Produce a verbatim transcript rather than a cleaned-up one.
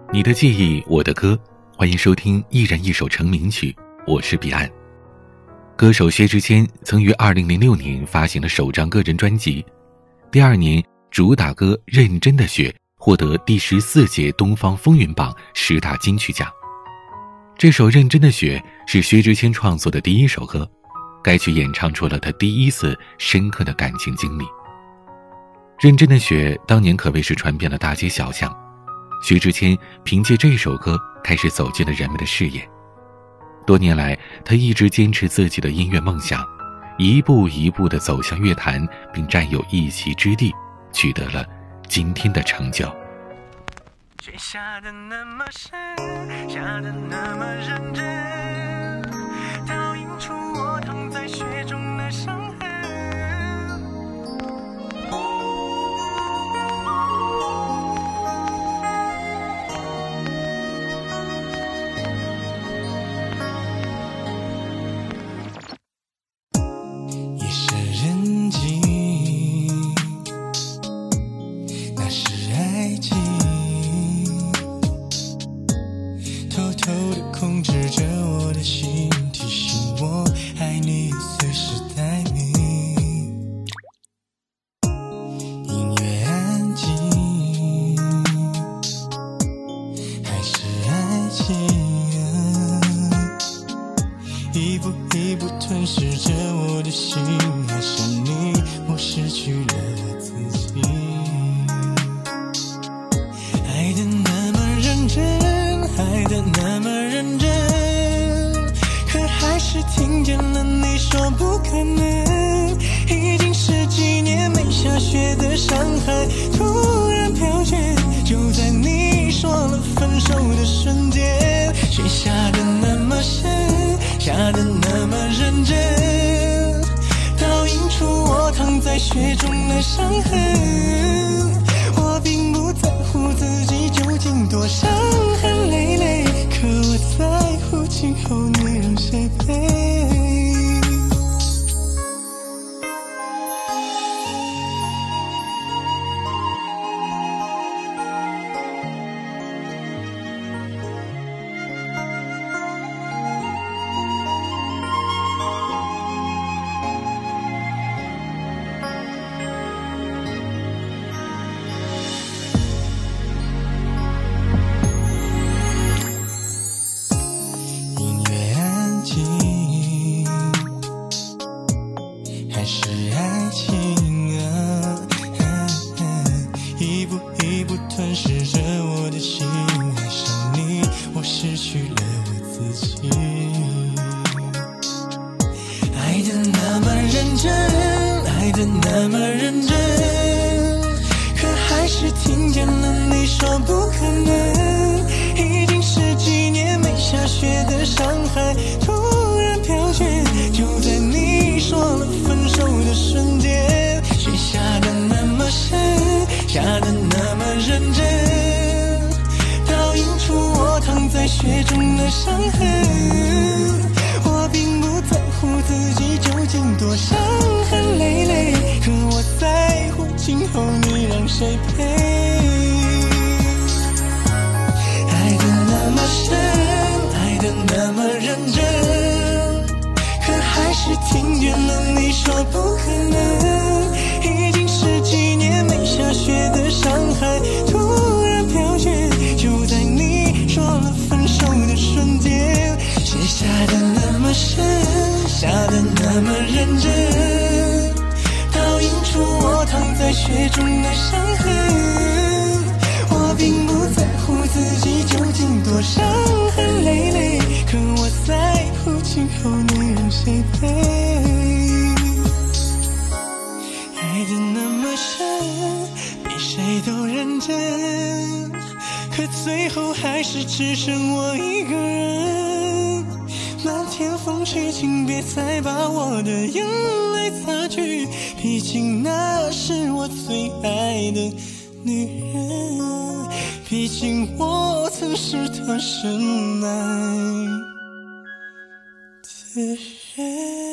你的记忆，我的歌，欢迎收听一人一首成名曲，我是彼岸。歌手薛之谦曾于二零零六年发行了首张个人专辑，第二年主打歌《认真的雪》获得第十四届东方风云榜十大金曲奖。这首《认真的雪》是薛之谦创作的第一首歌，该曲演唱出了他第一次深刻的感情经历。《认真的雪》当年可谓是传遍了大街小巷，薛之谦凭借这首歌开始走进了人们的视野。多年来，他一直坚持自己的音乐梦想，一步一步地走向乐坛，并占有一席之地，取得了今天的成就。 雪下得那么深，下得那么认真，倒映出我躺在雪中的伤痕。 控制着我的心，提醒我爱你随时待命。音乐安静，还是爱情啊，一步一步吞噬着我的心，爱上你我失去了自己。爱得那么认真，爱得那么认真，可还是听见了你说不可能。已经十几年没下雪的上海突然飘雪，就在你说了分手的瞬间。雪下得那么深，下得那么认真，倒映出我躺在雪中的伤痕。我并不在乎自己究竟多伤痕累累，可我在乎今后你让谁陪。还是爱情啊，啊啊一步一步吞噬着我的心，爱上你我失去了自己。爱得那么认真，爱得那么认真，可还是听见了你说不可能。已经十几年没下雪的上海突然飘雪，就在你说了分手的瞬间。雪下得那么深，下得那么认真，倒映出我躺在雪中的伤痕。我并不在乎自己究竟多伤痕累累，可我在乎今后你让谁陪。爱得那么深，爱得那么认真，可还是听见了你说不可能。已经十几年没下雪的上海突然飘雪，就在你说了分手的瞬间。雪下得那么深，下得那么认真，倒映出我躺在雪中的伤痕。我并不在乎自己究竟多伤痕累累，可我在乎今后你让谁陪。爱得那么深，比谁都认真，可最后还是只剩我一个人。漫天风雪，请别再把我的眼泪擦去，毕竟那是我最爱的女人，毕竟我曾是她深爱的人。